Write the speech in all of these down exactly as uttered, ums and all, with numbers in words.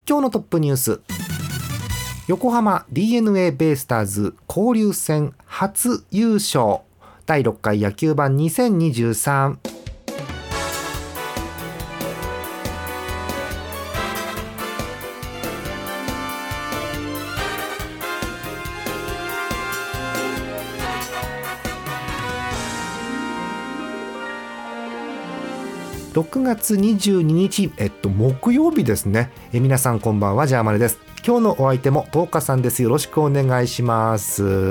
今日のトップニュース、横浜 ディーエヌエー ベイスターズ交流戦初優勝、だいろっかい野球盤にせんにじゅうさん。ろくがつにじゅうににち、えっと、木曜日ですね。え皆さんこんばんは、ジャーマネです。今日のお相手もトーカさんです。よろしくお願いします。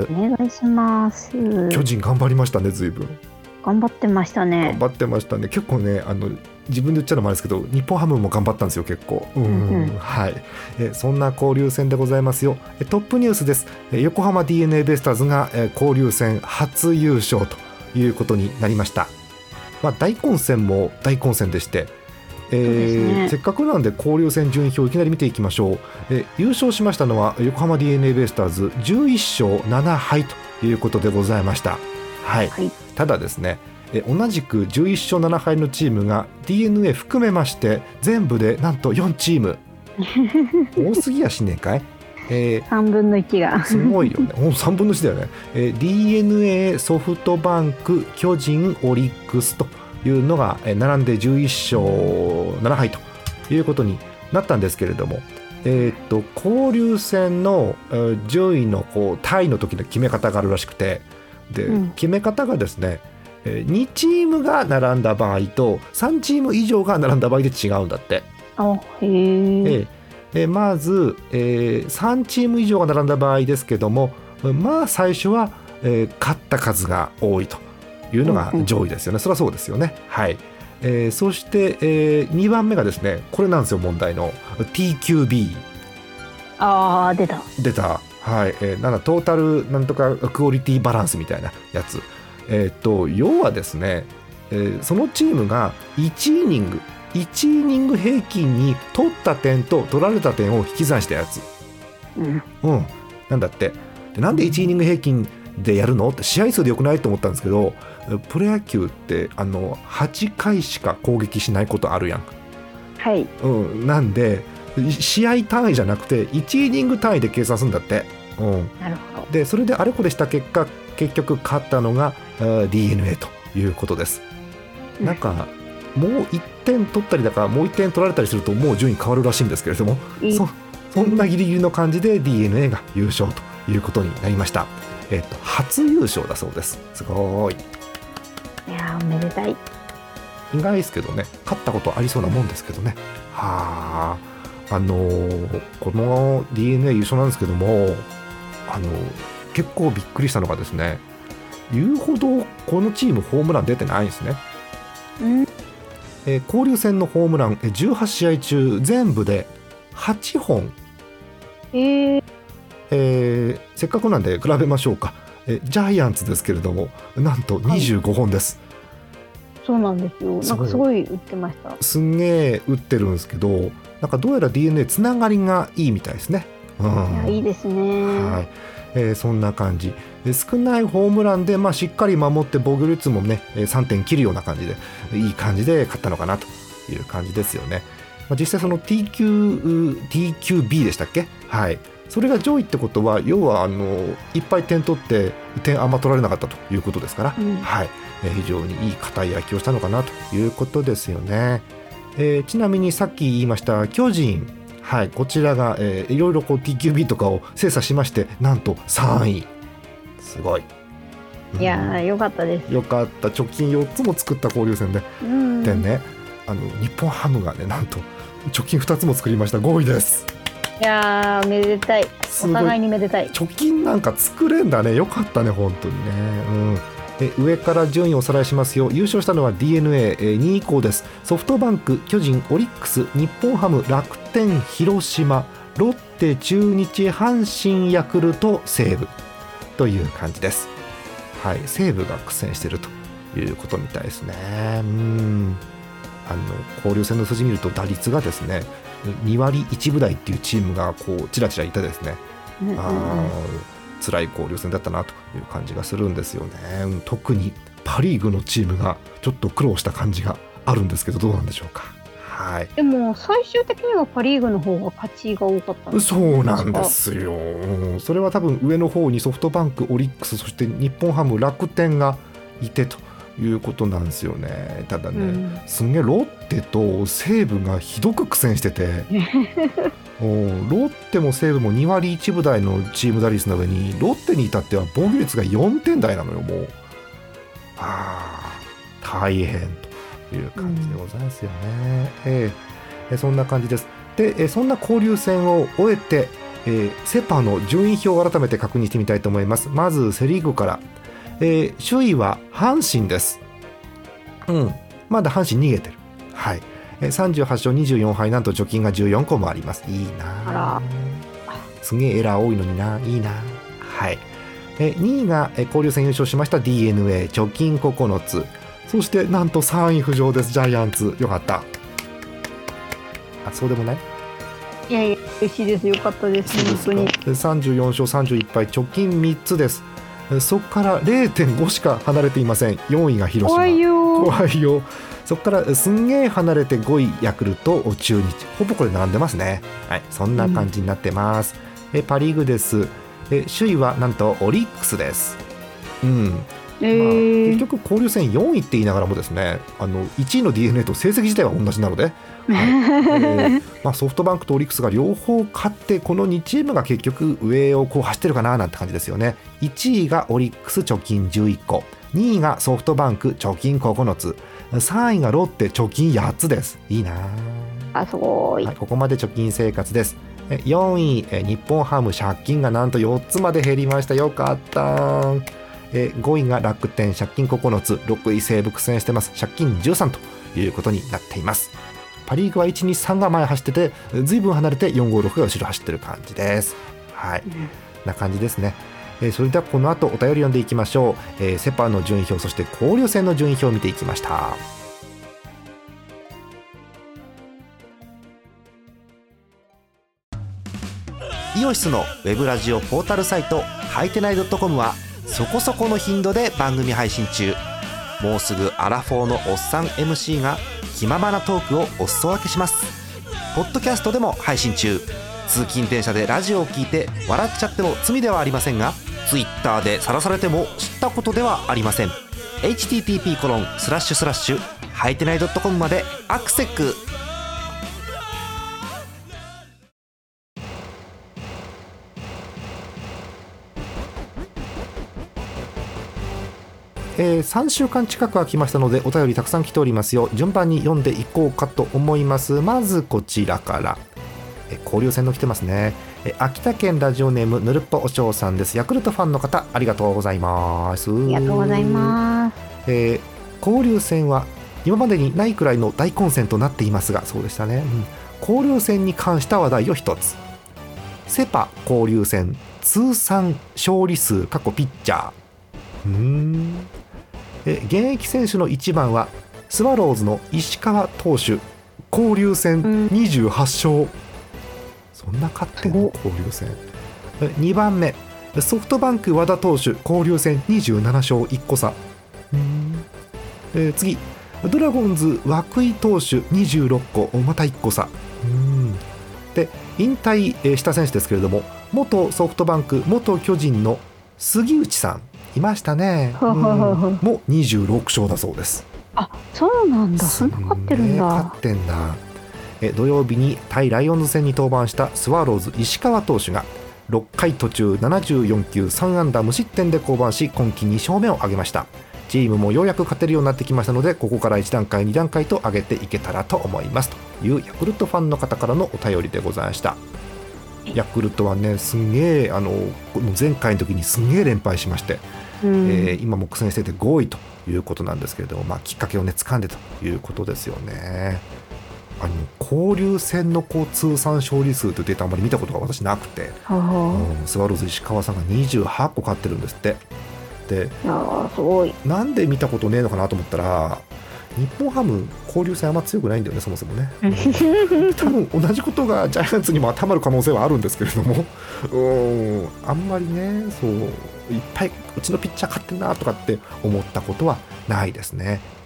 お願いします。 巨人頑張りましたね。随分頑張ってましたね。 頑張ってましたね。結構ね、あの自分で言っちゃうのもあれですけど、日本ハムも頑張ったんですよ、結構。うん、うん、はい。えそんな交流戦でございますよ。えトップニュースです。え横浜 ディーエヌエー ベイスターズがえ交流戦初優勝ということになりました。まあ、大混戦も大混戦でして、えーね、せっかくなんで交流戦順位表をいきなり見ていきましょう。え優勝しましたのは横浜 ディーエヌエー ベイスターズじゅういっしょうななはいということでございました、はいはい、ただですね、え同じくじゅういっしょうななはいのチームが ディーエヌエー 含めまして全部でなんとよんチーム多すぎやしねえかい。 えー、さんぶんのいちがすごいよね。もうさんぶんのいちだよね。えー、ディーエヌエー ソフトバンク巨人オリックスというのが並んでじゅういっしょうななはいということになったんですけれども、えー、っと交流戦の順位のこうタイの時の決め方があるらしくて、で、うん、決め方がですね、にチームが並んだ場合とさんチーム以上が並んだ場合で違うんだって。 あ、へー。 えー、まず、えー、さんチーム以上が並んだ場合ですけども、まあ最初は、えー、勝った数が多いというのが上位ですよね、うんうん、そりゃそうですよね、はい。えー、そして、えー、にばんめがですね、これなんですよ問題の ティーキュービー。 あー出た出た、はい。えー、なんだトータルなんとかクオリティバランスみたいなやつ、えー、と要はですね、えー、そのチームがいちイニングいちイニング平均に取った点と取られた点を引き算したやつ、うん、うん、なんだって。でなんでいちイニング平均でやるのって試合数でよくないと思ったんですけど、プロ野球ってあのはちかいしか攻撃しないことあるやん、 はい、 うん、なんで試合単位じゃなくていちイニング単位で計算するんだって、うん、 なるほど。 でそれであれこれした結果結局勝ったのが ディーエヌエー ということです、うん、なんかもういってん取ったりだからもういってん取られたりするともう順位変わるらしいんですけれども、そ, そんなギリギリの感じで ディーエヌエー が優勝ということになりました。えー、と初優勝だそうです。すごい。 いやおめでたい。 意外ですけどね、勝ったことありそうなもんですけどね。はあ、あのー、この ディーエヌエー 優勝なんですけども、あのー、結構びっくりしたのがですね、言うほどこのチームホームラン出てないんですね。 うんえー、交流戦のホームランじゅうはちしあい中全部ではちほん、 えーえー、せっかくなんで比べましょうか。えジャイアンツですけれどもなんとにじゅうごほんです、 はい、そうなんですよ。なんかすごい打ってました。 すんげえ打ってるんですけど、なんかどうやら ディーエヌエー つながりがいいみたいですね、うん、 いやいいですね、 はい。えー、そんな感じ。少ないホームランで、まあ、しっかり守って防御率もねさんてん切るような感じでいい感じで勝ったのかなという感じですよね。まあ、実際その ティーキュー、ティーキュービー でしたっけ、はい。それが上位ってことは要はあのいっぱい点取って点あんま取られなかったということですから、うん、はい。えー、非常にいい堅い野球をしたのかなということですよね。えー、ちなみにさっき言いました巨人、はい、こちらが、えー、いろいろこう ティーキュービー とかを精査しましてなんとさんい、すごい。 いやー、うん、よかったです。 よかった。貯金よっつも作った交流戦で、うん、でね、あの日本ハムがねなんと貯金ふたつも作りました。ごいです。 いやーめでたい。お互いにめでたい。 貯金なんか作れんだね。よかったね本当にね、うん。え上から順位をおさらいしますよ。優勝したのは ディーエヌエー、えー、にい以降です。ソフトバンク、巨人、オリックス、日本ハム、楽天、広島、ロッテ、中日、阪神、ヤクルト、西武という感じです。はい、西武が苦戦しているということみたいですね。うん、あの交流戦の数字見ると打率がですねにわりいちぶ台っていうチームがこうちらちらいてですね、うんうんうん、あ辛い交流戦だったなという感じがするんですよね。うん、特にパリーグのチームがちょっと苦労した感じがあるんですけどどうなんでしょうか。 はい、 でも最終的にはパ・リーグの方が勝ちが多かったんですそね。 うなんですよ。それは多分上の方にソフトバンク、オリックス、そして日本ハム、楽天がいてということなんですよね。ただね、うん、すんげえロッテと西武がひどく苦戦しててロッテも西武もに割いちぶ台のチーム打率なのに、ロッテに至っては防御率がよんてん台なのよ。もうあ大変という感じでございますよね、うんえー、そんな感じです。でそんな交流戦を終えて、えー、セパの順位表を改めて確認してみたいと思います。まずセリーグから、えー、首位は阪神です。うんまだ阪神逃げてる。はいさんじゅうはち勝にじゅうよん敗、なんと貯金がじゅうよんこもあります。いいな、すげえエラー多いのにな、いいな。はいえにいが交流戦優勝しました ディーエヌエー、 貯金ここのつ。そしてなんとさんい浮上です、ジャイアンツ。よかった。あ、そうでもない。 いやいや嬉しいです、よかったです、本当に。 さんじゅうよん勝さんじゅういち敗、貯金みっつです。そこから れいてんご しか離れていません。よんいが広島。 怖いよ怖いよ。そこからすんげー離れてごいヤクルト、中日、ほぼこれ並んでますね。はい、そんな感じになってます、うん、えパリーグです。え首位はなんとオリックスです。うんえーまあ、結局交流戦よんいって言いながらもですね、あのいちいの ディーエヌエー と成績自体は同じなので、はいえーまあ、ソフトバンクとオリックスが両方勝って、このにチームが結局上をこう走ってるかななんて感じですよね。いちいがオリックス、貯金じゅういっこ、にいがソフトバンク、貯金ここのつ、さんいがロッテ、貯金やっつです。いいなあ、すごい、 はい、ここまで貯金生活です。よんい日本ハム、借金がなんとよっつまで減りました。よかった。ごいが楽天、借金ここのつ、ろくい西武苦戦してます。借金じゅうさんということになっています。パリーグはいち、に、さんが前走ってて、ずいぶん離れてよん、ご、ろくが後ろ走ってる感じです。はい、うん、な感じですね。それではこの後お便り読んでいきましょう。えー、セパの順位表、そして交流戦の順位表を見ていきました。イオシスのウェブラジオポータルサイトはいてない .com はそこそこの頻度で番組配信中。もうすぐアラフォーのおっさん エムシー が気ままなトークをお裾分けします。ポッドキャストでも配信中。通勤電車でラジオを聞いて笑っちゃっても罪ではありませんが、ツイッターで晒されても知ったことではありません。 エイチティーティーピーコロンスラッシュスラッシュはいてない .com までアクセック。えー、さんしゅうかん近く空きましたのでお便りたくさん来ておりますよ。順番に読んでいこうかと思います。まずこちらから、えー、交流戦の来てますね。えー、秋田県ラジオネームぬるっぽおしょうさんです。ヤクルトファンの方ありがとうございます。 ありがとうございます。 えー、交流戦は今までにないくらいの大混戦となっていますが、そうでしたね、うん、交流戦に関した話題を一つ。セパ交流戦通算勝利数過去ピッチャー。うーんえ現役選手のいちばんはスワローズの石川投手、交流戦にじゅうはち勝、うん、そんな勝ってんの交流戦。にばんめソフトバンク和田投手、交流戦にじゅうなな勝いっこ差。うーんえ次ドラゴンズ涌井投手にじゅうろっこ、またいっこ差。うーんで引退した選手ですけれども、元ソフトバンク元巨人の杉内さんいましたね、うん、もうにじゅうろく勝だそうです。 あ、そうなんだ。そんな勝ってるんだ。 勝ってんだ。え土曜日に対ライオンズ戦に登板したスワローズ石川投手がろっかい途中ななじゅうよん球さん安打無失点で降板し、今季に勝目を挙げました。チームもようやく勝てるようになってきましたので、ここからいち段階に段階と上げていけたらと思いますというヤクルトファンの方からのお便りでございました。ヤクルトはね、すんげえあの前回の時にすんげえ連敗しまして、うんえー、今も苦戦していてごいということなんですけれども、まあ、きっかけをね掴んでということですよね。あの交流戦のこう通算勝利数というデータあまり見たことが私なくて、うん、スワローズ石川さんがにじゅうはち個勝ってるんですって。で、 あすごい。 なんで見たことねえのかなと思ったら、日本ハム交流戦あんま強くないんだよね、そもそもね。多分同じことがジャイアンツにも当てはまる可能性はあるんですけれども、うんあんまりね、そういっぱいうちのピッチャー勝ってんなとかって思ったことはないですね。まあ、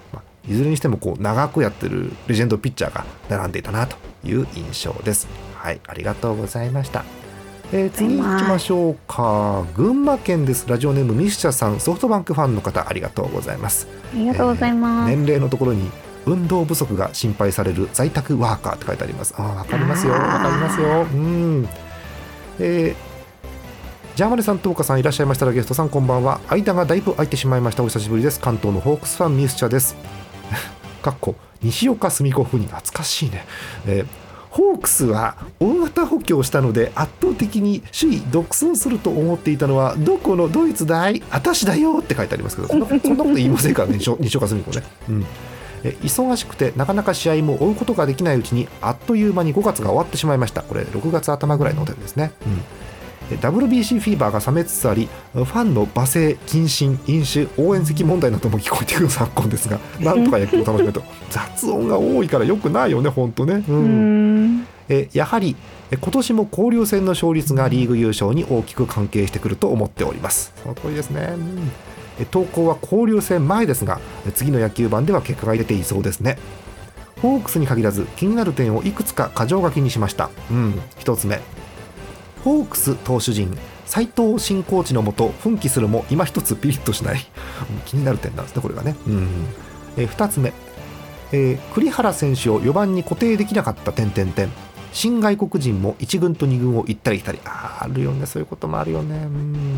いずれにしてもこう長くやってるレジェンドピッチャーが並んでいたなという印象です。はい、ありがとうございました。えー、次行きましょうか。群馬県です。ラジオネームミスチャさん、ソフトバンクファンの方、ありがとうございます。 ありがとうございます。 えー、年齢のところに運動不足が心配される在宅ワーカーって書いてあります。あ、わかりますよ、わかりますよ。うん、えー、ジャーマネさん、トーカさんいらっしゃいましたら、ゲストさんこんばんは。間がだいぶ空いてしまいました。お久しぶりです。関東のホークスファンミスチャですかっこ西岡澄子風に懐かしいね。えーホークスは大型補強したので圧倒的に首位独走すると思っていたのはどこのドイツだい、あたしだよって書いてありますけど、そんな、そんなこと言いませんからね、西岡澄子ね。うん、え忙しくてなかなか試合も追うことができないうちにあっという間にごがつが終わってしまいました。これろくがつ頭ぐらいのお便りですね。うん、ダブリュービーシー フィーバーが冷めつつあり、ファンの罵声、謹慎、飲酒、応援席問題なども聞こえてくる昨今ですが、なんとか野球を楽しめると雑音が多いからよくないよね、本当ね。うん、えやはり今年も交流戦の勝率がリーグ優勝に大きく関係してくると思っております。その通りですね。うん、投稿は交流戦前ですが、次の野球盤では結果が出ていそうですね。ホークスに限らず気になる点をいくつか箇条書きにしました。うん、ひとつめ、ホークス投手陣、斉藤新コーチのもと奮起するも今一つピリッとしない気になる点なんですね、これがね。うん、えふたつめ、えー、栗原選手をよばんに固定できなかった点々点、新外国人もいち軍とに軍を行ったり来たり、あ, あるよね、そういうこともあるよね。うん、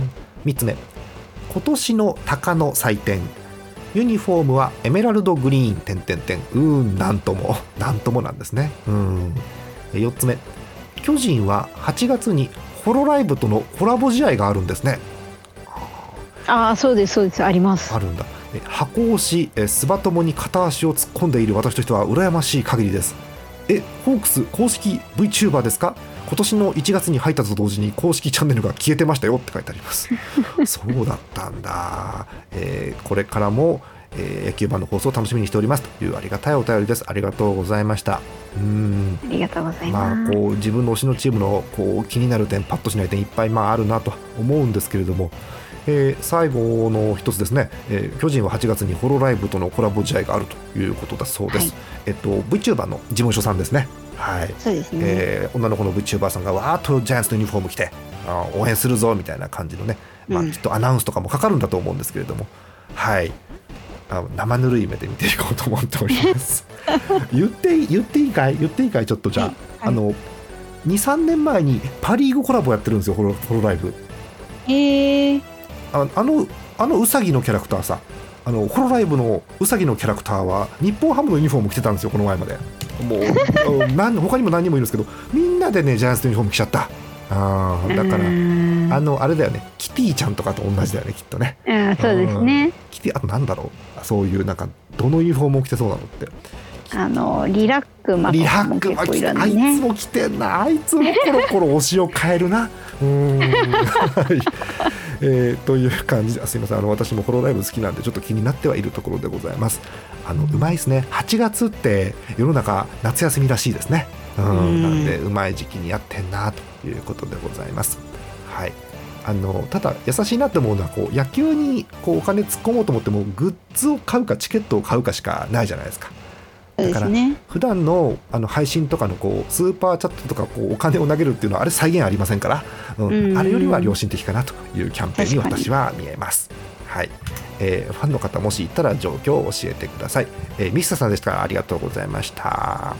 みっつめ、今年の鷹の祭典、ユニフォームはエメラルドグリーン点々点、うーん、なんともなんともなんですね。うん、よっつめ、巨人ははちがつにホロライブとのコラボ試合があるんですね。 ああ、そうですそうです、あります。 あるんだ。箱押しスバ友に片足を突っ込んでいる私としては羨ましい限りです。え、ホークス公式 VTuber ですか？今年のいちがつに入ったと同時に公式チャンネルが消えてましたよって書いてありますそうだったんだ。えー、これからも、えー、野球盤の放送を楽しみにしておりますというありがたいお便りです。ありがとうございました。うーん、 ありがとうございます。 まあ、こう自分の推しのチームのこう気になる点、パッとしない点いっぱいまああるなと思うんですけれども、えー、最後の一つですね、えー、巨人ははちがつにホロライブとのコラボ試合があるということだそうです。はい、えっと、VTuber の事務所さんですね。はい、 そうですね。 えー、女の子の VTuber さんがわーっとジャイアンツのユニフォーム着てあ応援するぞみたいな感じのね、まあ、きっとアナウンスとかもかかるんだと思うんですけれども、うん、はい、あ生ぬるい目で見ていこうと思っております言って言っていいかい言っていいかいちょっとじゃあ、はい、あの に,さん 年前にパリーグコラボやってるんですよ、ホロ、ホロライブ。 へー、 あ, あのあのウサギのキャラクターさ、あのホロライブのウサギのキャラクターは日本ハムのユニフォーム着てたんですよ、この前まで。もう何他にも何人もいるんですけど、みんなでねジャイアンツのユニフォーム着ちゃった。あだからあのあれだよね、キティちゃんとかと同じだよね、きっとね。 あ、そうですね。 キティ、あとなんだろう、そういうなんかどのユニフォームを着てそうなのって、 あのリラックマとかも結構いるんで、ね、 あいつも着てんな、あいつもコロコロ推しを変えるなうーんはい、えー、という感じで、すいません、あの私もホロライブ好きなんでちょっと気になってはいるところでございます。あのうまいですね、はちがつって世の中夏休みらしいですね。うん、うんなんでうまい時期にやってんなということでございます。はい、あのただ優しいなって思うのは、こう野球にこうお金突っ込もうと思ってもグッズを買うかチケットを買うかしかないじゃないですか。だから普段のあの配信とかのこうスーパーチャットとかこうお金を投げるっていうのはあれ再現ありませんから、うん、あれよりは良心的かなというキャンペーンに私は見えます。はい、えー、ファンの方もしいたら状況を教えてください。えー、ミスターさんでした。ありがとうございました。はい、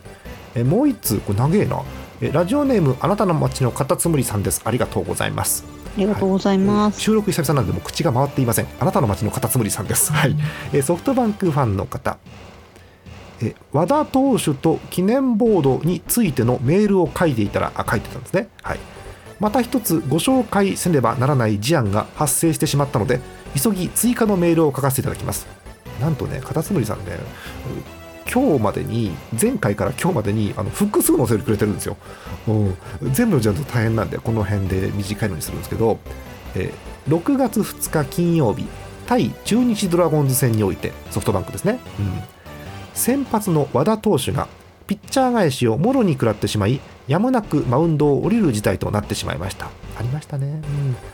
えー、もう一通、これ長えな、えー、ラジオネームあなたの街のカタツムリさんです。ありがとうございます。 ありがとうございます。 はい、収録久々なんでもう口が回っていません。あなたの街のカタツムリさんです。はい、えー、ソフトバンクファンの方、え和田投手と記念ボードについてのメールを書いていたらあ書いてたんですね。はい、また一つご紹介せねばならない事案が発生してしまったので急ぎ追加のメールを書かせていただきます。なんとね、カタツムリさんね、今日までに前回から今日までにあの複数載せてくれてるんですよ。うん、全部じゃ大変なんでこの辺で短いのにするんですけど、えろくがつふつか金曜日対中日ドラゴンズ戦においてソフトバンクですね、うん、先発の和田投手がピッチャー返しをもろに食らってしまいやむなくマウンドを降りる事態となってしまいました。ありましたね。うん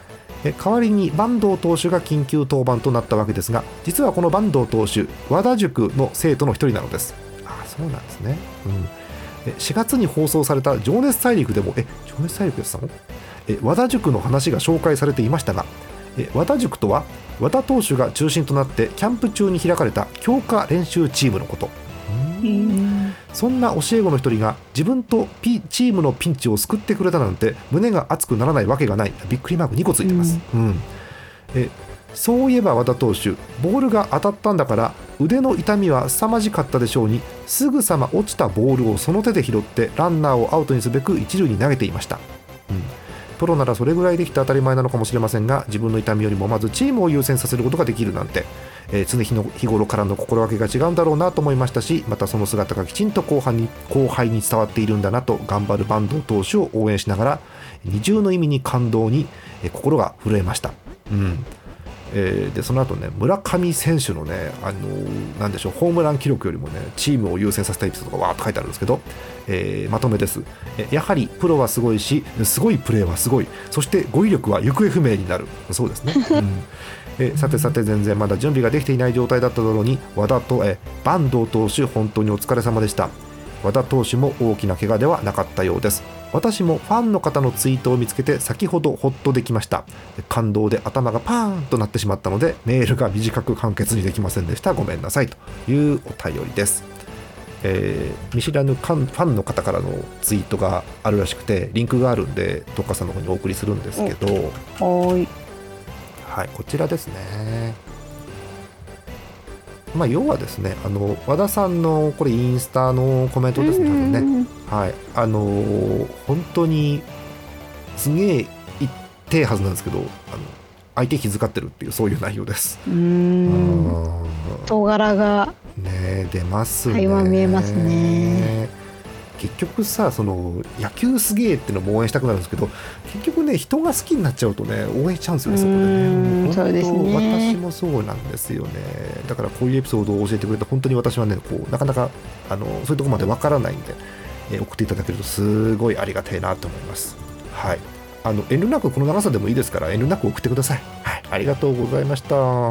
え代わりに坂東投手が緊急登板となったわけですが、実はこの坂東投手和田塾の生徒の一人なのです。ああ、そうなんですね、うん、えしがつに放送された情熱大陸でもえ情熱大陸でしたのえ和田塾の話が紹介されていましたが、え和田塾とは和田投手が中心となってキャンプ中に開かれた強化練習チームのこと。そんな教え子の一人が自分とピチームのピンチを救ってくれたなんて胸が熱くならないわけがない。びっくりマークにこついてます、うんうん、えそういえば和田投手ボールが当たったんだから腕の痛みは凄まじかったでしょうに、すぐさま落ちたボールをその手で拾ってランナーをアウトにすべく一塁に投げていました、うん、プロならそれぐらいできて当たり前なのかもしれませんが、自分の痛みよりもまずチームを優先させることができるなんて、えー、常日の日頃からの心がけが違うんだろうなと思いましたし、またその姿がきちんと後輩に、後輩に伝わっているんだなと、頑張る坂東投手を応援しながら二重の意味に感動に、えー、心が震えました、うんえー、でその後ね、村上選手のね、あのー、なんでしょう、ホームラン記録よりもねチームを優先させたエピソードがわーっと書いてあるんですけど、えー、まとめです。えやはりプロはすごいし、すごいプレーはすごい、そして語彙力は行方不明になる。そうですね、うんえさてさて、全然まだ準備ができていない状態だっただろうに、和田とえ坂東投手本当にお疲れ様でした。和田投手も大きな怪我ではなかったようです。私もファンの方のツイートを見つけて先ほどホッとできました。感動で頭がパーンとなってしまったのでメールが短く簡潔にできませんでした。ごめんなさいというお便りです。えー、見知らぬファンの方からのツイートがあるらしくて、リンクがあるんでどっかさんの方にお送りするんですけど、 はい、はい、 こちらですね。まあ、要はですね、あの和田さんのこれインスタのコメントですね、多分ね、はい、あのー、本当にすげえ言ってえはずなんですけど、あの相手気遣ってるっていう、そういう内容です。うーん、人柄がね出ますね。 垣間見えますね。 結局さ、その野球すげえってのも応援したくなるんですけど、結局ね人が好きになっちゃうとね応援しちゃうんですよね、そこでね。 そうですね、 私もそうなんですよね。だからこういうエピソードを教えてくれて本当に私はね、こうなかなかあのそういうところまでわからないんで、えー、送っていただけるとすごいありがたいなと思います。はい、あの遠慮なくこの長さでもいいですから遠慮なく送ってください。はい、ありがとうございました。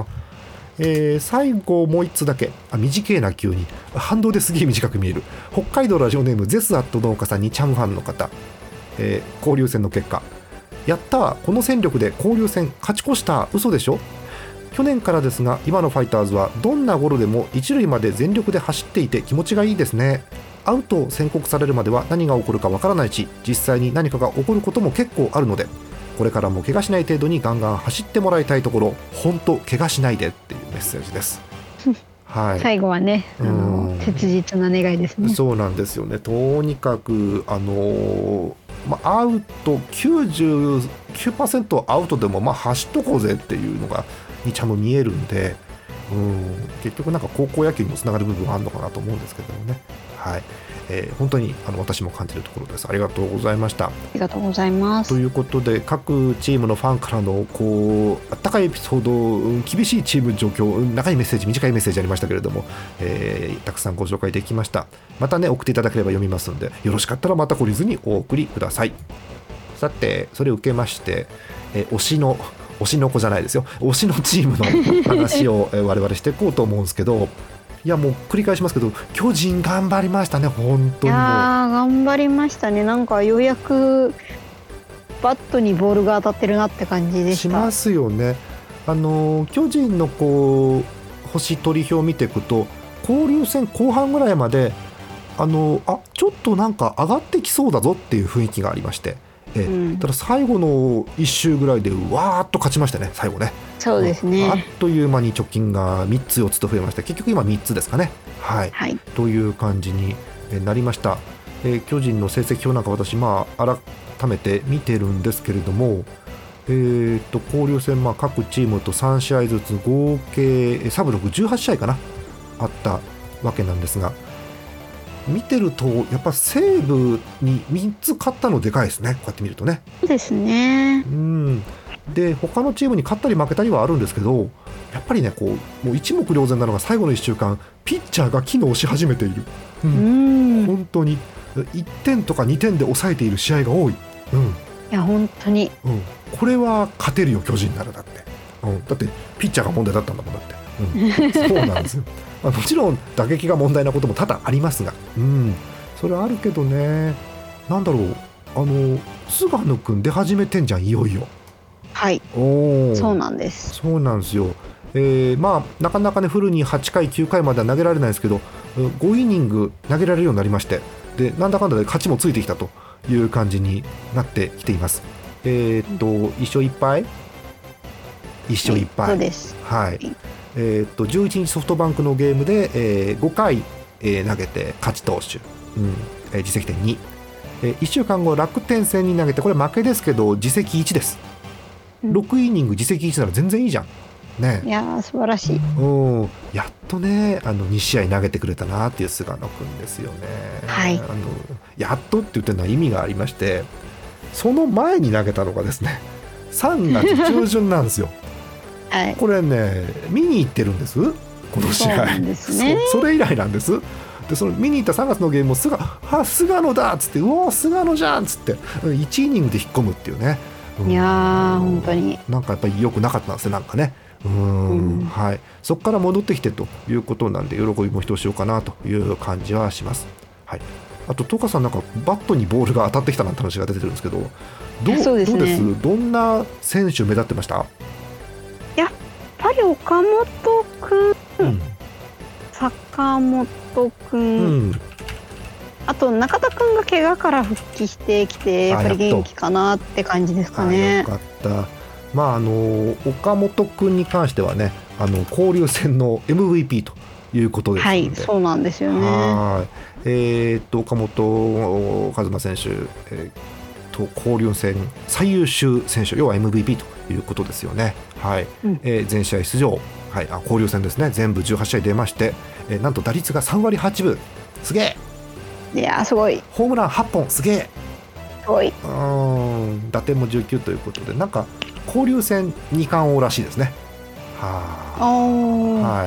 えー、最後もう一つだけ、あ短いな、急に反動ですげえ短く見える。北海道ラジオネームゼスアット農家さんにチャムファンの方、えー、交流戦の結果、やったー、この戦力で交流戦勝ち越した、嘘でしょ。去年からですが今のファイターズはどんなゴロでも一塁まで全力で走っていて気持ちがいいですね。アウトを宣告されるまでは何が起こるかわからないし、実際に何かが起こることも結構あるので、これからも怪我しない程度にガンガン走ってもらいたいところ、本当怪我しないでっていうメッセージです。はい、最後はね、あの切実な願いですね。 そうなんですよね。とにかくあの、ま、アウト きゅうじゅうきゅうパーセント アウトでも、まあ、走っとこうぜっていうのがにちゃんも見えるんで、うん、結局なんか高校野球にもつながる部分はあるのかなと思うんですけどもね。はい、えー、本当にあの私も感じるところです。ありがとうございました。 ありがとうございます。 ということで、各チームのファンからのこうあったかいエピソード、厳しいチーム状況、長いメッセージ、短いメッセージありましたけれども、えー、たくさんご紹介できました。またね送っていただければ読みますので、よろしかったらまた懲りずにお送りください。さて、それを受けまして、えー、推しの推しの子じゃないですよ、推しのチームの話を我々していこうと思うんですけど、いやもう繰り返しますけど、巨人頑張りましたね、本当に。 いや頑張りましたね。なんかようやくバットにボールが当たってるなって感じでした。 しますよね。あの巨人のこう星取り表を見ていくと、交流戦後半ぐらいまであのあちょっとなんか上がってきそうだぞっていう雰囲気がありまして、えうん、ただ最後のいっ周ぐらいでわーっと勝ちましたね、最後ね。 そうですね、 あっという間に貯金がみっつよっつと増えまして、結局今みっつですかね、はいはい、という感じになりました。えー、巨人の成績表なんか私、まあ、改めて見てるんですけれども、えー、と交流戦、まあ、各チームとさんしあいずつ合計サブろくじゅうはちしあいかなあったわけなんですが、見てるとやっぱ西武にみっつ勝ったのでかいですね、こうやって見るとね。 そうですね。 うんで他のチームに勝ったり負けたりはあるんですけど、やっぱりねこうもう一目瞭然なのが最後のいっしゅうかんピッチャーが機能し始めている、うん、うん本当にいってんとかにてんで抑えている試合が多い、うん、 いや本当に、 うん、 これは勝てるよ巨人ならだって、うん、だってピッチャーが問題だったんだもんだって、うん、そうなんですよ、まあ、もちろん打撃が問題なことも多々ありますが、うん、それはあるけどね、なんだろう、あの菅野くん出始めてんじゃんいよいよ。 はい、 おそうなんです。 そうなんですよ、えー、まあなかなかねフルにはちかいきゅうかいまでは投げられないですけどごイニング投げられるようになりまして、でなんだかんだで勝ちもついてきたという感じになってきています。えー、っといっ勝いっ敗いっ勝いっ敗、 そうです。 はい、えー、っとじゅういちにちソフトバンクのゲームで、えー、ごかい、えー、投げて勝ち投手、うんえー、自責点に、えー、いっしゅうかんご楽天戦に投げてこれ負けですけど自責いちです。ろくイニング自責いちなら全然いいじゃんね。 いやー素晴らしい。 うんやっとねあのに試合投げてくれたなっていう菅野君ですよね。 はい、 あのやっとって言ってるのは意味がありまして、その前に投げたのがですねさんがつ中旬なんですよはい、 これね見に行ってるんですこの試合。 そうなんですね。 そ, それ以来なんです。でその見に行ったさんがつのゲームも菅あ菅野だっつってうお菅野じゃんっつっていちイニングで引っ込むっていうね、うん、 いやー本当になんかやっぱり良くなかったんですねなんかね。うーん、うんはい、そこから戻ってきてということなんで喜びもひとしおかなという感じはします、はい、あと東川さんなんかバットにボールが当たってきたなんて話が出てるんですけどどう、 そうですね、 どうですどんな選手目立ってました？ やっぱり岡本くん、うん、坂本くん、うん、あと中田くんが怪我から復帰してきてやっぱり元気かなって感じですかね。 よかった。まああの岡本君に関してはねあの交流戦の エムブイピー ということですので、 はいそうなんですよね。 はい、えー、っと岡本和真選手、えー、と交流戦最優秀選手要は エムブイピー ということですよね。はい、うんえー、全試合出場、はい、あ交流戦ですね全部じゅうはち試合出まして、えー、なんと打率がさんわりはちぶすげえ。 いやすごい。 ホームランはっぽんすげえ。 すごい。 うん打点もじゅうきゅうということでなんか交流戦に冠王らしいですね。はあ、はい。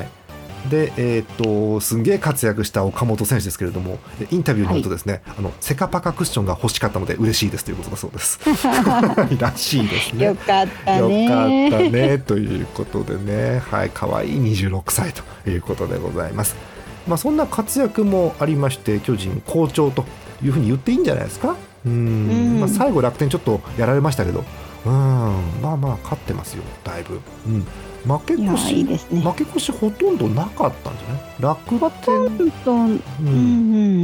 で、えー、っとすんげえ活躍した岡本選手ですけれどもインタビューによるとですね、はい、あのセカパカクッションが欲しかったので嬉しいですということだそうですらしいですね。 よかったねよかったねということでね、はい、可愛いにじゅうろくさいということでございます。まあ、そんな活躍もありまして巨人好調というふうに言っていいんじゃないですか。うん、まあ、最後楽天ちょっとやられましたけどうんまあまあ勝ってますよだいぶ、うん、負け越しいいです、ね、負け越しほとんどなかったんじゃない楽天と、うんうん、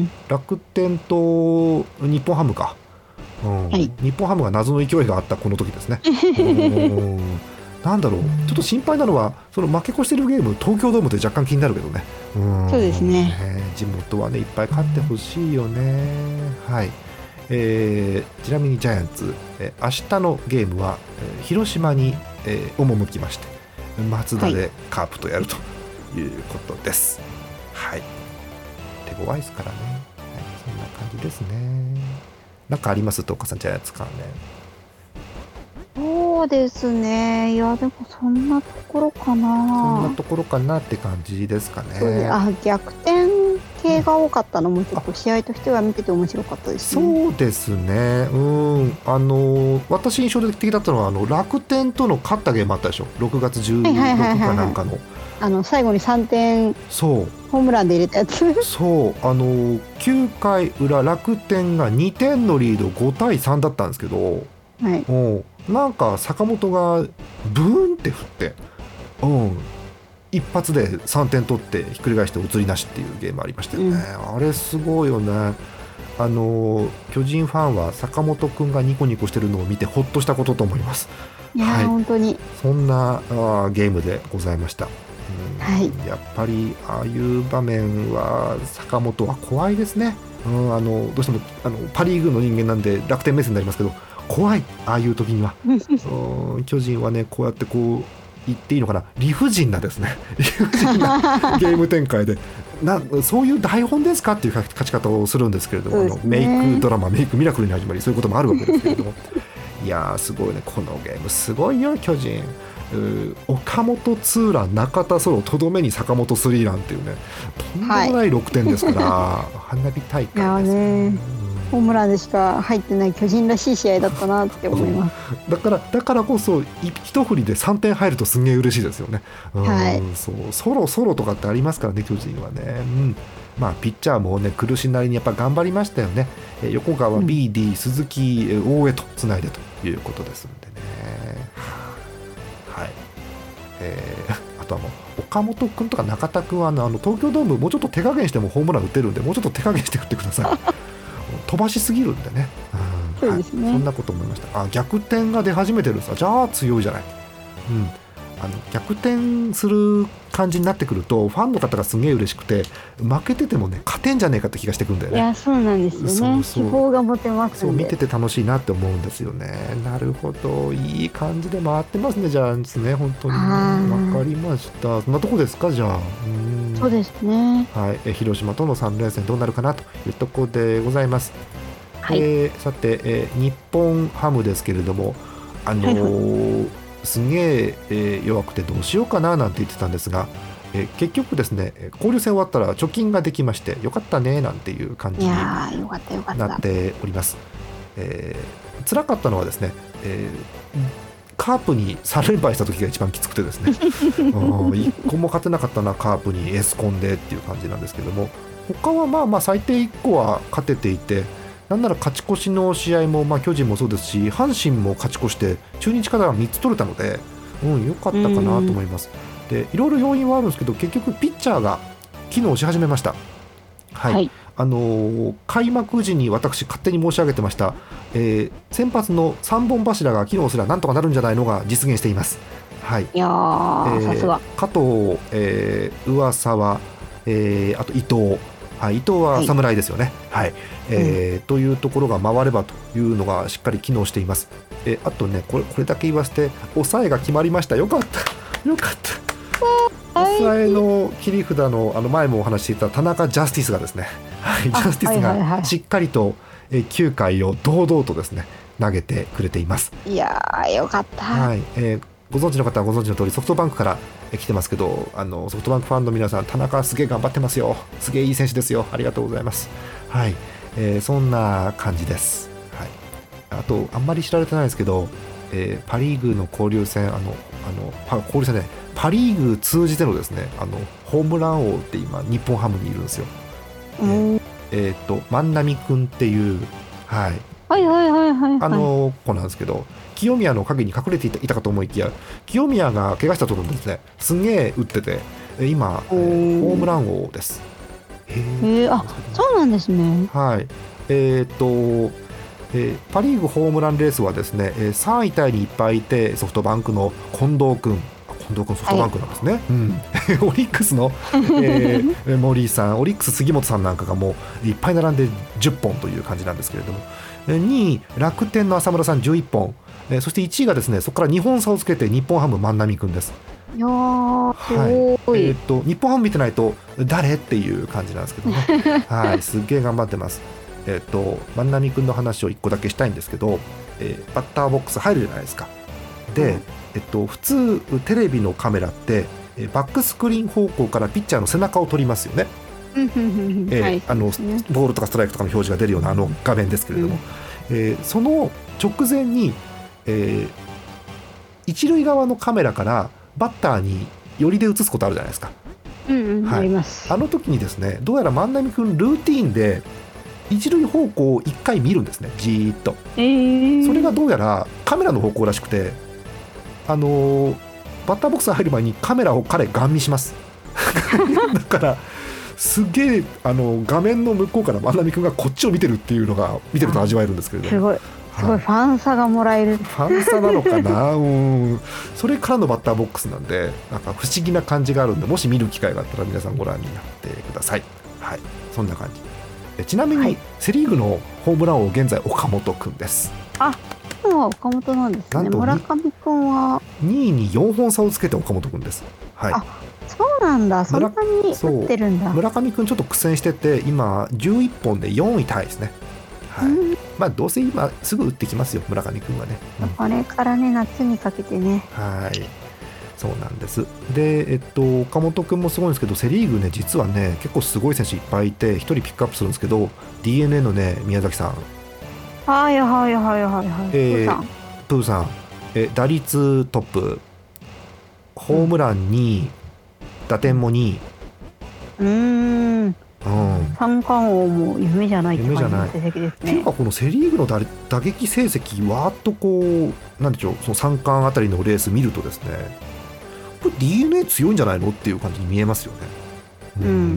楽天と日本ハムか、うんはい、日本ハムが謎の勢いがあったこの時ですねなんだろうちょっと心配なのはその負け越してるゲーム東京ドームで若干気になるけどね。うんそうですね、 えー、地元はねいっぱい勝ってほしいよね。はいえー、ちなみにジャイアンツ、えー、明日のゲームは、えー、広島に、えー、赴きまして松田でカープとやるということです。はい、手強いですからね、はい、そんな感じですね。なんかあります東川さんジャイアンツ関連？ そうですねいやでもそんなところかなそんなところかなって感じですかね。そうあ逆転系が多かったのもちょっと試合としては見てて面白かったですね。 そうですねうんあの私印象的だったのはあの楽天との勝ったゲームあったでしょろくがつじゅうろくかなんかのあの最後にさんてんそうホームランで入れたやつそうあのきゅうかい裏楽天がにてんのリードごたいさんだったんですけど、はい、おなんか坂本がブーンって振って、うん、一発でさんてん取ってひっくり返して移りなしっていうゲームありましたよね、うん、あれすごいよね。あの巨人ファンは坂本くんがニコニコしてるのを見てほっとしたことと思います。 いや、はい、本当にそんなあゲームでございました、うんはい、やっぱりああいう場面は坂本は怖いですね、うん、あのどうしてもあのパリーグの人間なんで楽天目線になりますけど怖いああいう時には巨人はねこうやってこう言っていいのかな理不尽なですね理不尽なゲーム展開でなそういう台本ですかっていう勝ち方をするんですけれども、ね、あのメイクドラマメイクミラクルに始まりそういうこともあるわけですけれどもいやーすごいねこのゲームすごいよ巨人岡本ツーラン中田ソロとどめに坂本スリーランっていうねとんでもないろくてんですから、はい、花火大会ですね。 ホームランでしか入ってない巨人らしい試合だったなって思います。 だからだからこそ一振りでさんてん入るとすんげえ嬉しいですよね。うん、 はい、 そうソロソロとかってありますからね巨人はね。うん、まあピッチャーもね苦しいなりにやっぱ頑張りましたよね。横川、うん、ビーディー、鈴木、大江とつないでということですんでね。はい。えー、あとはもう岡本君とか中田君はあの東京ドームもうちょっと手加減してもホームラン打てるんでもうちょっと手加減して振ってください。飛ばしすぎるんでね。うん、そうですね、はい、そんなこと思いました。あ、逆転が出始めてるんです。じゃあ強いじゃない。うん、あの逆転する感じになってくるとファンの方がすげえ嬉しくて負けててもね勝てんじゃねえかって気がしてくるんだよね。 いやそうなんですよね。そうそう希望が持てますんで。 そう見てて楽しいなって思うんですよね。なるほど、いい感じで回ってますね。じゃあですね本当に分かりました。そんなとこですか。じゃあうんそうですね、 はい、え広島とのさん連戦どうなるかなというところでございます。はい、えー、さて、えー、日本ハムですけれどもあのーはいすげええー、弱くてどうしようかななんて言ってたんですが、えー、結局ですね交流戦終わったら貯金ができましてよかったねなんていう感じになっております。えー、辛かったのはですね、えー、カープにさん連敗した時が一番きつくてですねいっこも勝てなかったなカープにエースコンでっていう感じなんですけども、他はまあまあ最低いっこは勝てていて、なんなら勝ち越しの試合も、まあ、巨人もそうですし阪神も勝ち越して中日からみっつ取れたので、うん、よかったかなと思います。でいろいろ要因はあるんですけど結局ピッチャーが機能し始めました。はい、はい、あのー、開幕時に私勝手に申し上げてました、えー、先発のさんぼん柱が機能すればなんとかなるんじゃないのが実現しています。はい、 いやー、さすが加藤、えー、上沢、えー、あと伊藤、はい、伊藤は侍ですよね。はい、はい、えーうん、というところが回ればというのがしっかり機能しています。えー、あとねこれ、これだけ言わせて抑えが決まりました。よかったよかった。抑えの切り札の、あの前もお話ししていた田中ジャスティスがですね、はい、ジャスティスがしっかりときゅうかいを堂々とですね投げてくれています。 いやーよかった。 はい、えー、ご存知の方はご存知の通りソフトバンクから来てますけど、あのソフトバンクファンの皆さん田中すげえ頑張ってますよ、すげえいい選手ですよ、ありがとうございます。はい、えー、そんな感じです。はい、あとあんまり知られてないですけど、えー、パリーグの交流戦あのあの交流戦ねパリーグ通じてのですねあのホームラン王って今日本ハムにいるんですよ。えーえー、と万波君っていう、はい、 はいはいはいはい、はい、 あの子なんですけど、清宮の陰に隠れていた、いたかと思いきや清宮が怪我したところですねすんげえ打ってて今、えー、ホームラン王です。 へー、あ、そうなんですね。 はい、えー、っと、えー、パリーグホームランレースはですね、えー、さんいタイにいっぱいいてソフトバンクの近藤君近藤君ソフトバンクなんですね。はい、うん、オリックスの、えー、森井さん、オリックス杉本さんなんかがもういっぱい並んでじゅっぽんという感じなんですけれども、にい楽天の浅村さんじゅういっぽん、えー、そしていちいがですねそこからにほん差をつけて日本ハム万波君です。 いやーすごい、はい、 えー、と日本ハム見てないと誰っていう感じなんですけどねはい、すっげえ頑張ってます。えー、と万波君の話をいっこだけしたいんですけど、えー、バッターボックス入るじゃないですか。で、うん、えっと、普通テレビのカメラってバックスクリーン方向からピッチャーの背中を撮りますよね。えーはい、あのボールとかストライクとかの表示が出るようなあの画面ですけれども、うん、えー、その直前に、えー、一塁側のカメラからバッターに寄りで映すことあるじゃないですか。 うんうん、 はい、 あります。 あの時にですねどうやら万波君ルーティーンで一塁方向をいっかい見るんですね、じーっと、 えー、 それがどうやらカメラの方向らしくて、あのー、バッターボックス入る前にカメラを彼ガン見しますだからすげえあの画面の向こうから万波君がこっちを見てるっていうのが見てると味わえるんですけれども、 すごいすごいファン差がもらえる。 ファン差なのかなうんそれからのバッターボックスなんでなんか不思議な感じがあるんで、もし見る機会があったら皆さんご覧になってください。はい、そんな感じ。えちなみに、はい、セリーグのホームラン王現在岡本君です。 あ、今は岡本なんですね。村上君はにいによんほん差をつけて岡本君です。はい、 あ、そうなんだ。そんなに打ってるんだ。 村上君ちょっと苦戦してて今じゅういっぽんでよんいタイですね。はい、まあどうせ今すぐ打ってきますよ村上君はね。 うん、これからね夏にかけてね。 はい。 そうなんです。で、えっと、岡本君もすごいんですけど、セ・リーグね、実はね、結構すごい選手いっぱいいて、ひとりピックアップするんですけど、 ディーエヌエー のね、宮崎さん、 はいはいはいはいはい。 えープーさん。 プーさん、え打率トップ、ホームランにい、打点もにい、 うーん。 うん、 三冠王も夢じゃないって感じの成績ですね。 っていうか、このセ・リーグの打打撃成績、わーっとこう、なんでしょう、その三冠あたりのレース見るとですね、これ ディーエヌエー 強いんじゃないのっていう感じに見えますよね。 うん、 うーん、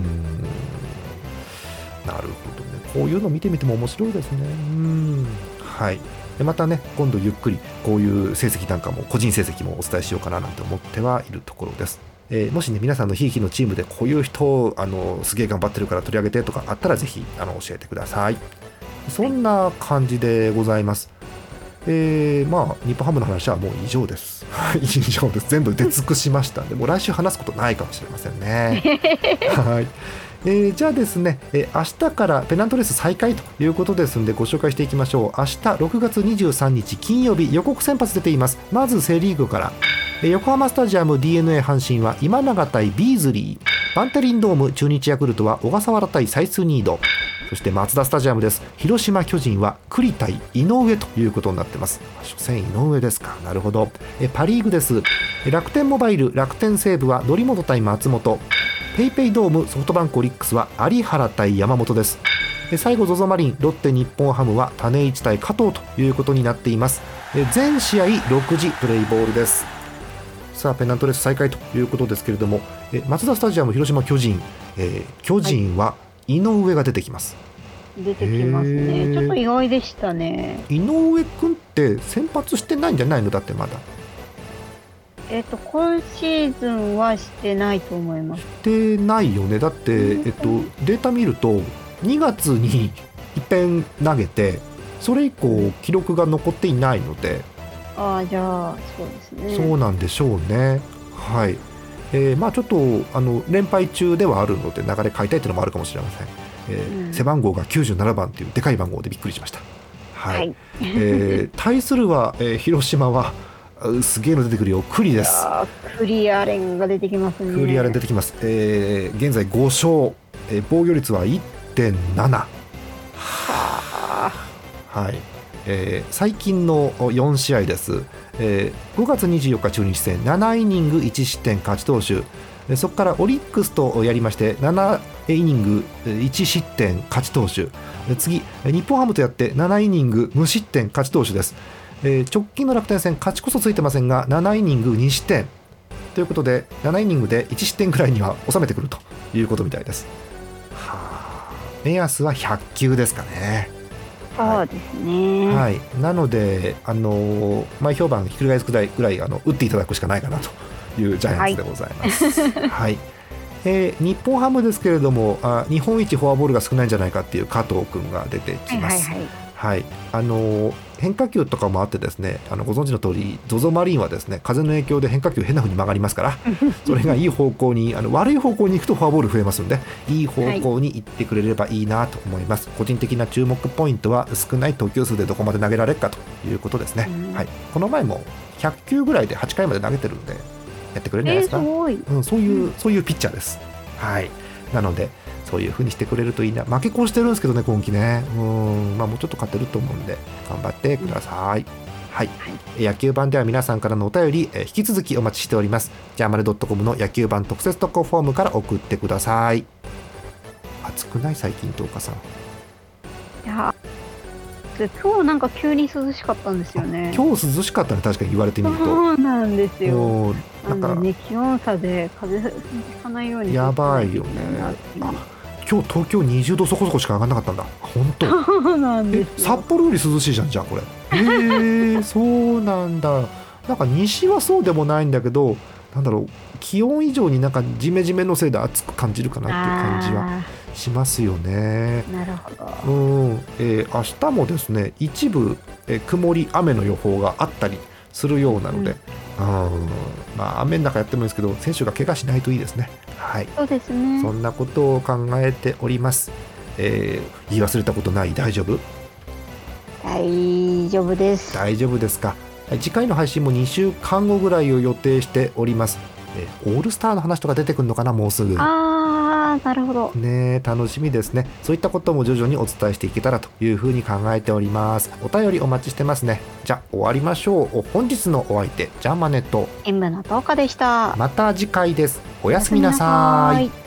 なるほどね。こういうの見てみても面白いですね。うん、はい。でまたね、今度ゆっくりこういう成績なんかも、個人成績もお伝えしようかななんて思ってはいるところです。えー、もしね、皆さんのひいきのチームでこういう人あのすげえ頑張ってるから取り上げてとかあったら、ぜひあの教えてください。そんな感じでございます。えー、まあ日本ハムの話はもう以上です。以上です。全部出尽くしましたんで、もう来週話すことないかもしれませんね。はい。えー、じゃあですね、えー、明日からペナントレース再開ということですので、ご紹介していきましょう。明日ろくがつにじゅうさんにち金曜日、予告先発出ています。まずセ・リーグから、えー、横浜スタジアム ディーエヌエー 阪神は今永対ビーズリー、バンテリンドーム中日ヤクルトは小笠原対サイスニード、そしてマツダスタジアムです。広島巨人は栗対井上ということになってます。初戦井上ですか。なるほど。えパリーグです。楽天モバイル楽天西武は則本対松本、ペイペイドームソフトバンクオリックスは有原対山本です。最後 ゾゾ マリンロッテ日本ハムは種市対加藤ということになっています。全試合ろくじプレイボールです。さあペナントレース再開ということですけれども、マツダスタジアム広島巨人、えー、巨人は井上が出てきます。 出てきますね。ちょっと意外でしたね。 井上君って先発してないんじゃないの？だってまだえっと今シーズンはしてないと思います。 してないよね。だって、えっと、データ見るとにがつにいっぺん投げて、それ以降記録が残っていないので、 ああ、じゃあそうですね。 そうなんでしょうね。はい。えー、まあちょっとあの連敗中ではあるので流れ変えたいというのもあるかもしれません。えーうん、背番号がきゅうじゅうななばんというでかい番号でびっくりしました。はい。はい、えー、対するは、えー、広島はすげえの出てくるよ。栗です。 クリアレンが出てきますね。 クリアレン出てきます。えー、現在ごしょう、えー、防御率は いってんなな。はあ、はい。えー、最近のよんしあいです。えー、ごがつにじゅうよっか中日戦ななイニングいちしってん勝ち投手、そこからオリックスとやりましてななイニングいちしってん勝ち投手、次日本ハムとやってななイニング無失点勝ち投手です。えー、直近の楽天戦勝ちこそついてませんがななイニングにしってんということでななイニングでいちしってんぐらいには収めてくるということみたいです。はあ、目安はひゃっきゅうですかね。 そうですね。 はい、なので、あのー、前評判ひっくり返すくらいぐらいあの打っていただくしかないかなというジャイアンツでございます。はい、はい。えー、日本ハムですけれども、あ日本一フォアボールが少ないんじゃないかっていう加藤君が出てきます。はい、はいはい、あのー、変化球とかもあってですね、あのご存知の通り ゾゾ マリンはですね風の影響で変化球変な風に曲がりますからそれがいい方向にあの悪い方向に行くとフォアボール増えますので、いい方向に行ってくれればいいなと思います。はい、個人的な注目ポイントは少ない投球数でどこまで投げられるかということですね。はい、この前もひゃっきゅうぐらいではちかいまで投げてるんでやってくれるんじゃないですか。えー、すごい。うん、そういう、そういうピッチャーです。はい。なのでそういう風にしてくれるといいな。負け越してるんですけどね今季ね。うん、まあもうちょっと勝てると思うんで頑張ってください。うん、はい、はい。野球盤では皆さんからのお便り、え引き続きお待ちしております。ジャーマルドットコムの野球盤特設投稿フォームから送ってください。暑くない最近東花さん。 いや今日なんか急に涼しかったんですよね。 今日涼しかったね、確かに言われてみると。 そうなんですよ。なんかね、気温差で風邪ひかないようにやばいよね。あ、今日東京にじゅうどそこそこしか上がらなかったんだ。本当。 そうなんですよ。 札幌より涼しいじゃんじゃあこれ。へえそうなんだ。なんか西はそうでもないんだけど、なんだろう、気温以上になんかジメジメのせいで暑く感じるかなっていう感じはしますよね。 なるほど。 うん、えー、明日もですね一部、えー、曇り雨の予報があったりするようなので、うん、うんまあ雨の中やってもいいですけど選手が怪我しないといいですね。はい、 そうですね。 そんなことを考えております。えー、言い忘れたことない？大丈夫？ 大丈夫です。 大丈夫ですか。 次回の配信もにしゅうかんごぐらいを予定しております。えオールスターの話とか出てくるのかな、もうすぐ。 あー、なるほどね、楽しみですね。そういったことも徐々にお伝えしていけたらというふうに考えております。お便りお待ちしてますね。じゃあ終わりましょう。本日のお相手ジャーマネット演舞のとおかでした。 また次回です。おやすみなさい。